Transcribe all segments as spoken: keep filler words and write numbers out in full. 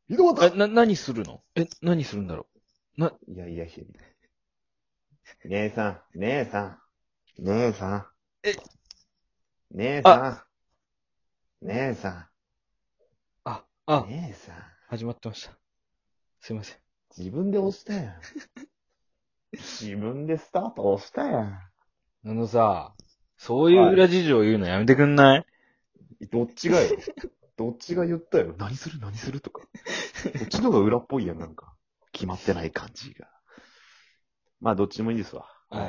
井戸え、 端な、何するのえ、何するんだろうな、 いやいやいや。姉さん、姉さん、姉さん。 え、 姉あ、 さん、姉さあ、 ん、 あ、 姉さん。 始まってました。すいません。 自分で押したやん。自分でスタート押したやん。 あのさ、そういうはい。 裏事情言うのやめてくんない？ どっちがよ。どっちが言ったよ。何する何するとか。こっちの方が裏っぽいやん、なんか。決まってない感じが。まあ、どっちもいいですわ。 はい。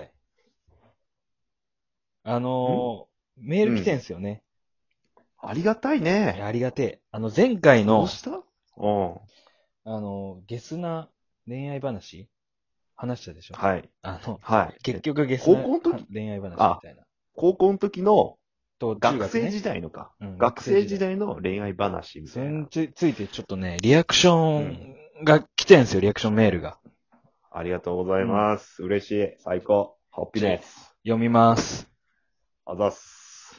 あのー、メール来てんすよね。 ありがたいいや、 ね。 ありがてえ。あの、前回の、 どうしたうん。 あの、ゲスな恋愛話話したでしょ？ はい。 あの、 はい。 結え高局ゲスな校の時恋愛話みあ、 たいな。 高校の時のと、中学ね。 学生時代のか。 うん、 学生時学生時代。 代の恋愛話みそれたいな。 につついてちょっとね、リアクショうん。 ンが来てんすよ、リアクションメールが。 ありがとうございうん。 ます。嬉しい。最高。ハッピーネス。 読みます。 あざっす。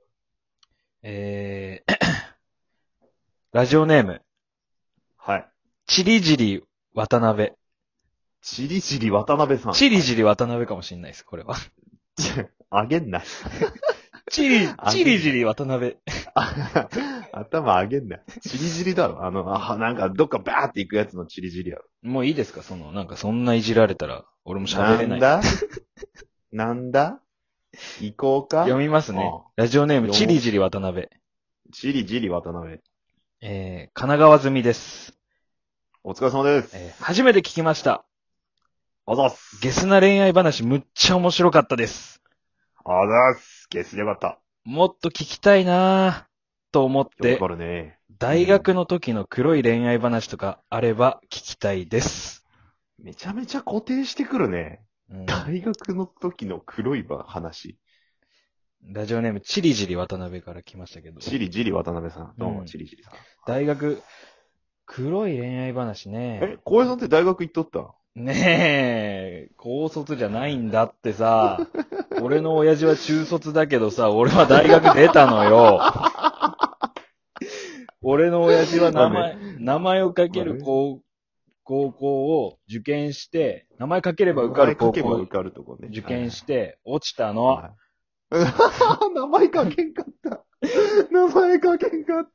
えー、ラジオネーム、 はい。 チリジリ渡辺。 チリチリ渡辺さん。 チリジリ渡辺かもしれないです、これは。 あげんな。 チリ、 あチリジリ渡辺。 あ頭あげんな。チリジリだろ。あの、あ、なんかどっかバーって行くやつのチリジリやろ。 もういいですか？その、なんかそんないじられたら、俺も喋れない。 なんだなんだ行こうか読みますね。 あラジオネーム、 読もうチリジリ渡辺。 チリジリ渡辺。 えー、神奈川済みです。 お疲れ様です。 えー、初めて聞きました。 あざっす。 ゲスな恋愛話むっちゃ面白かったです。 あざっす。ゲスでよかった。 もっと聞きたいなぁ、と思ってよか、るね。 大学の時の黒い恋愛話とかあれば聞きたいです。 めちゃめちゃ固定してくるね。 うん、 大学の時の黒い話。 ラジオネーム、チリジリ渡辺から来ましたけど。 チリジリ渡辺さん。どうも、 うんチリジリさん。 大学、黒い恋愛話えね。、 小江さんって大学行っとったねえ、高卒じゃないんだってさ。俺の親父は中卒だけどさ、俺は大学出たのよ。俺の親父は名前、名前をかける高高校を受験して、名前かければ受かる高校名前書けば受かるとこね。 受験して落ちたの。 はいはい名前書けんかった。名前書けんかった。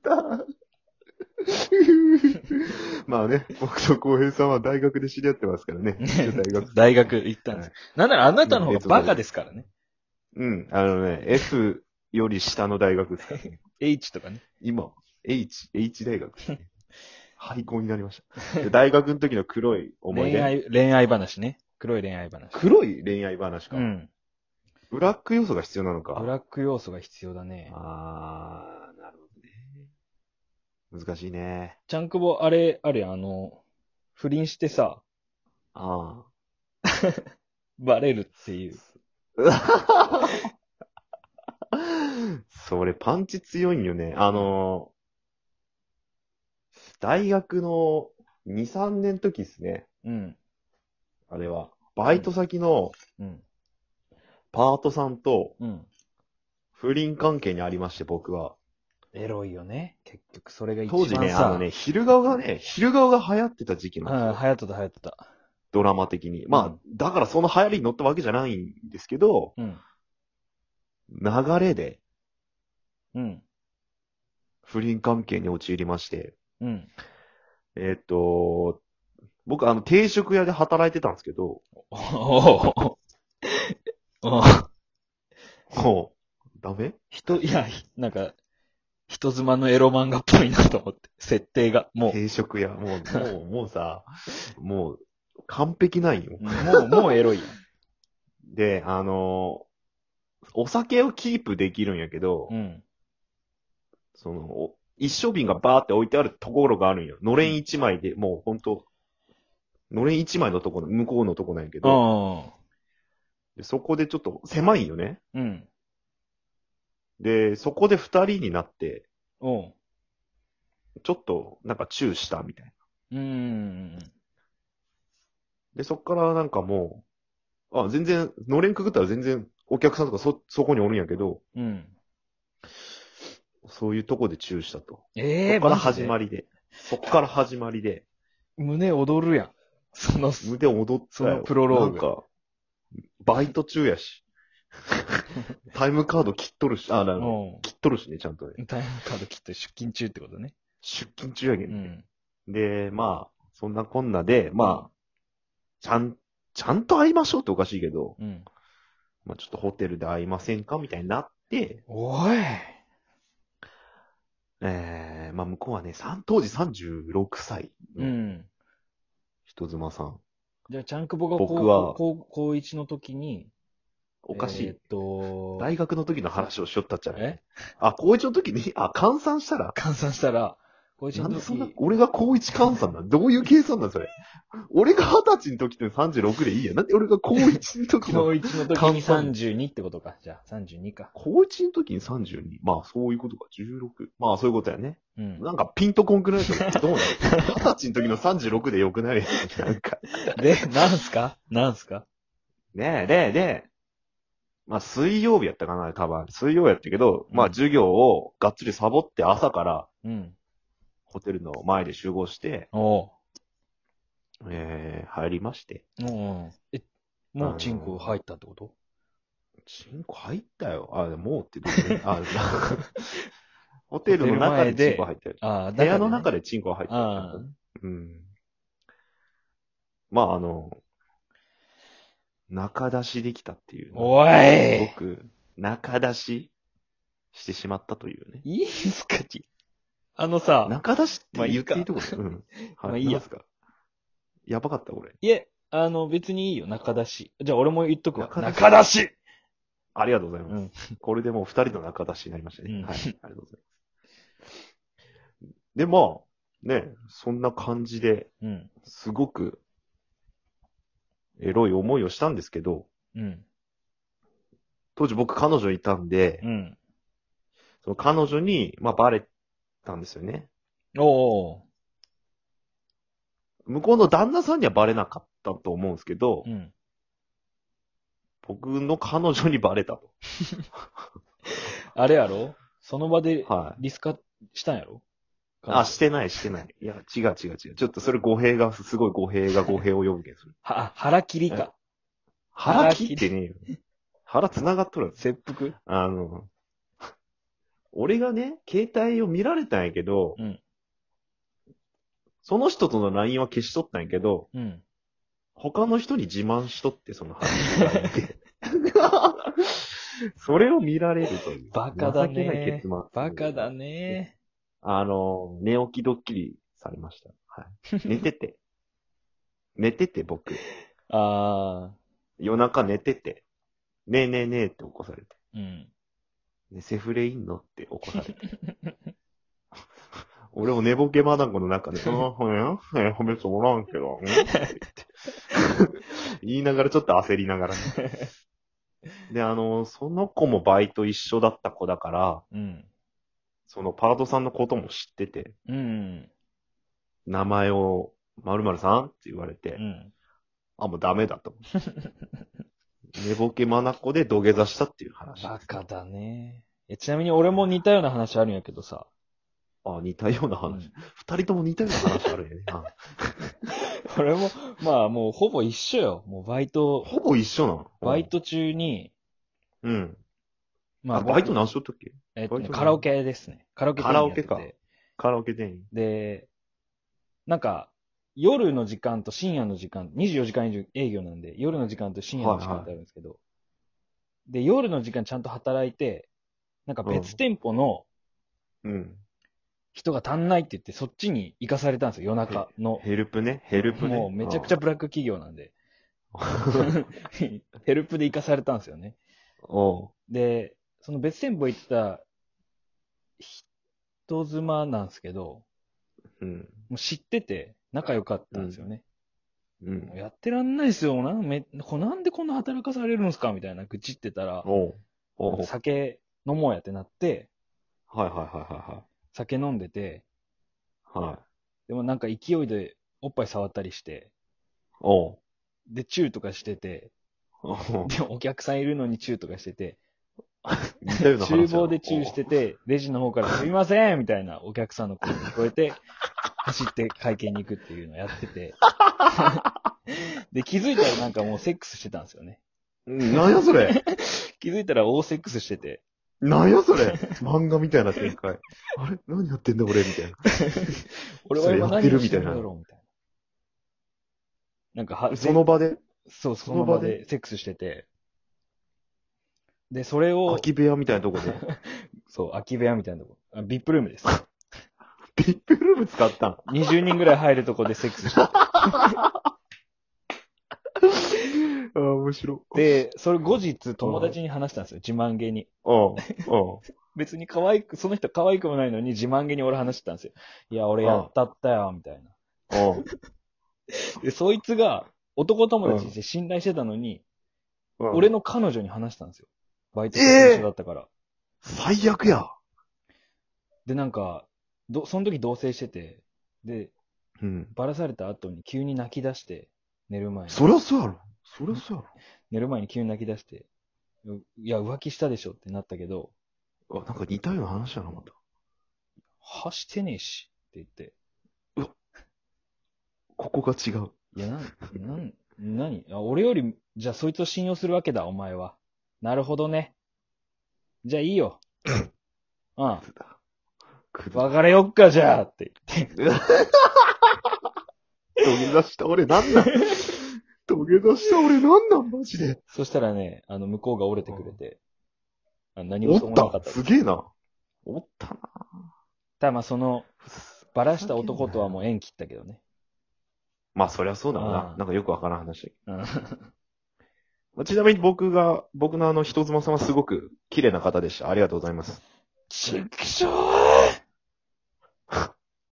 まあね、僕と浩平さんは大学で知り合ってますからね。一応大学。 大学行ったんです。なんならあなたの方がバカですからね。 うん、あのね、F より下の大学ですからね。 H とかね。 今、H、H 大学ですね。廃校になりました。で大学の時の黒い思い出。 恋愛、恋愛話ね。黒い恋愛話。 黒い恋愛話か。 うん。 ブラック要素が必要なのか。 ブラック要素が必要だね。 あー、なるほどね。難しいね。 ちゃんくぼ、あれ、あるやん、あの、不倫してさ、 あバレるっていう。 あ。それパンチ強いんよね。あの大学のに、さんねんの時ですね。 うん。 あれは。バイト先のうん。 パートさんとうん。 不倫関係にありまして、僕は。 エロいよね。結局、それが一番さ。 当時ね、あのね、昼顔がね、昼顔が流行ってた時期なんですうん、 よ。 流行ってた流行ってた。 ドラマ的に。まあ、 うんだからその流行りに乗ったわけじゃないんですけど、 うん。 流れでうん。 不倫関係に陥りまして、 うん。 えーっと、僕あの定食屋で働いてたんですけど、 おおおもう、ダメ人、いや、なんか、人妻のエロ漫画っぽいなと思って。設定が。も定食屋、もう、もう、もうさ、もう、完璧なんよう、。もう、もうエロいやん。 で、あのーお酒をキープできるんやけど、 うん。 その、お一升瓶がバーって置いてあるところがあるんよ。のれん一枚で、もうほんと、のれん一枚のところ、向こうのとこなんやけど、 ああ。 でそこでちょっと狭いよね。 うん。 で、そこで二人になって、 おう。 ちょっと、なんかチューしたみたいな。 うーん。 で、そっからなんかもう、あ、全然、のれんくぐったら全然お客さんとかそ、そこにおるんやけど、 うん。 そういうとこでチューしたと。 ええー、 そっからマジで始まりで。 そっから始まりで、 胸躍るやん。その、 腕踊ったよ。 そのプロローグなんか、バイト中やし。タイムカード切っとるし、あ、なうん。 切っとるしね、ちゃんとね。 タイムカード切って出勤中ってことね。 出勤中やけね。 うんん。 で、まあ、そんなこんなで、まあ、ちゃん、ちゃんと会いましょうっておかしいけど、 うん。 まあちょっとホテルで会いませんかみたいになって、 おい。 えー、まあ向こうはね、さん当時さんじゅうろくさいうのん。 人妻さん。 じゃあ、ちゃんくぼが高僕は高高一の時に、 おかしい。 えーっと、 大学の時の話をしよったっちゃう。 えあ、高一の時に、あ、換算したら、 換算したら、高一のなんでそんな時、、 俺が高一換算なんどういう計算なんそれ。俺が二十歳の時ってさんじゅうろくでいいや。なんで俺が高一の時の、 高一の時にさんじゅうにってことか。じゃあ、さんじゅうにか。 高一の時にさんじゅうに。まあそういうことか。じゅうろく。まあそういうことやね。 うん。 なんかピンとこんくないけど、どうなの二十歳の時のさんじゅうろくでよくないなんか。 で、なんすかなんすかねえ、で、で、まあ水曜日やったかな、多分。水曜やったけど、まあうん授業をがっつりサボって朝からうん。 ホテルの前で集合して、 おう。 えー、入りまして。 おうえ、もうチンコ入ったってことチンコ入ったよ。あ、もうってどういうことあ、ホテルの中でチンコ入ってる。 ああ、 部屋の中で。 でチンコ入ってる。 ああ。 うん。まあ、あの、中出しできたっていう。 おい僕、中出ししてしまったというね。 いいんすかちあのさ、 中出しってまあいいか言っていいとこうん。はい。 まあいいやなんすか。やばかった、俺。 いえ、あの、別にいいよ、中出し。じゃあ俺も言っとくわ。 中出し中出しありがとうございます。 うん。 これでもう二人の中出しになりましたね。 うんはい。ありがとうございます。で、まあ、ね、そんな感じで、 うん。 すごく、エロい思いをしたんですけど、 うん。 当時僕彼女いたんで、 うん。 その彼女に、まあバレたんですよね。 おー。 向こうの旦那さんにはバレなかったと思うんですけど、 うん。 僕の彼女にバレたと。 あれやろその場ではい。 リスカしたんやろあ、してない、してない。いや、違う違う違う。ちょっとそれ語弊が、すごい語弊が語弊を呼ぶけど、それ。 は、あ腹切りか。 腹切ってねえよ。腹繋がっとるんです。 切腹あの、俺がね、携帯を見られたんやけど、 うん。 その人との ライン は消しとったんやけど、 うん。 他の人に自慢しとって、その話がいて。それを見られるという。 バカだ情けないね結末。 バカだねあの、寝起きドッキリされました。はい。寝てて。寝てて、僕。 あ夜中寝てて。ねえねえねえって起こされて。 ー。うん。 ね、セフレいんのって起こされて。俺も寝ぼけまなこの中で、ああ、ほやえ、褒めつおらんけど、んって言って言いながらちょっと焦りながらね。で、あの、その子もバイト一緒だった子だから、 うん。 そのパートさんのことも知ってて、 うん。 名前を、〇〇さんって言われて、 うん。 あ、もうダメだと思って。寝ぼけまなこで土下座したっていう話。 バカだねえ、ちなみに俺も似たような話あるんやけどさ。 あ、似たような話。二、人とも似たような話あるよね。あ俺も、まあもうほぼ一緒よ。もうバイト、 ほぼ一緒なのバイト中に、 うん。 まああ、バイト僕何しとったっけえっとね、 バイトカラオケですね。カラオケ店員やっててカラオケカラオケ店員。 で、なんか、夜の時間と深夜の時間、にじゅうよじかん以上営業なんで、夜の時間と深夜の時間ってあるんですけど、で、夜の時間ちゃんと働いて、なんか別店舗のうん。 人が足んないって言って、そっちに行かされたんですよ、夜中の。 ヘルプね。ヘルプね。 もうめちゃくちゃブラック企業なんで。ヘルプで行かされたんですよね。 おう。 で、その別店舗行った人妻なんですけど、 うん。 もう知ってて仲良かったんですよね。 うん。 やってらんないですよ。なめこなんでこんな働かされるんですかみたいな愚痴ってたら、 おう。おう。はい酒飲もうやってなって、 はいはいは酒飲んでて、 いはい。はい。 でもなんか勢いでおっぱい触ったりして、 おう。 で、チューとかしてて、 おう。 で、お客さんいるのにチューとかしてて、 似たような話だな。 厨房でチューしてて、レジの方からすみませんみたいなお客さんの声が聞こえて、 走って会見に行くっていうのをやってて。で、気づいたらなんかもうセックスしてたんですよね。 なんやそれ。 気づいたら大セックスしてて。 なんやそれ。漫画みたいな展開。あれ何やってんだ俺みたいな。 俺は今何をしてるんだろうみたいな。なんかは、 その場でそう、その場でセックスしてて。で、それを。 空き部屋みたいなとこで。 そう、空き部屋みたいなとこ。あ、ビップルームです。 ビップルーム使ったん ? にじゅう 人ぐらい入るとこでセックスしてて。 ああ、面白い。 で、それ後日友達に話したんですよ。自慢げに。 うん。うん。 別に可愛く、その人可愛くもないのに自慢げに俺話してたんですよ。いや、俺やったったよ、みたいな。 うん。 で、そいつが男友達で信頼してたのに、 うん、 俺の彼女に話したんですよ。バイト先一緒だったから。 えー、最悪や。 で、なんか、ど、その時同棲してて、で、 うん。 バラされた後に急に泣き出して、寝る前に。 そりゃそうやろ。そりゃそうやろ。 寝る前に急に泣き出して、いや、浮気したでしょってなったけど、 あ、なんか似たような話やな、また。 はしてねえし、って言って。 うわ、ここが違う。 いや、なん、なん、何あ俺より、じゃあそいつを信用するわけだ、お前は。なるほどね。じゃあいいよ。うん。別れよっか、じゃあって言って。 土下座した俺なんなん土下座した俺なんなんマジで。 そしたらね、あの、向こうが折れてくれて。あ何事もなかった。 すげえな。おったな。 ただまあその、バラした男とはもう縁切ったけどね。 まあそりゃそうだろうな。 うんなんかよくわからん話。 うん、 ちなみに僕が、僕のあの人妻さんはすごく綺麗な方でした。ありがとうございます。 ちくしょー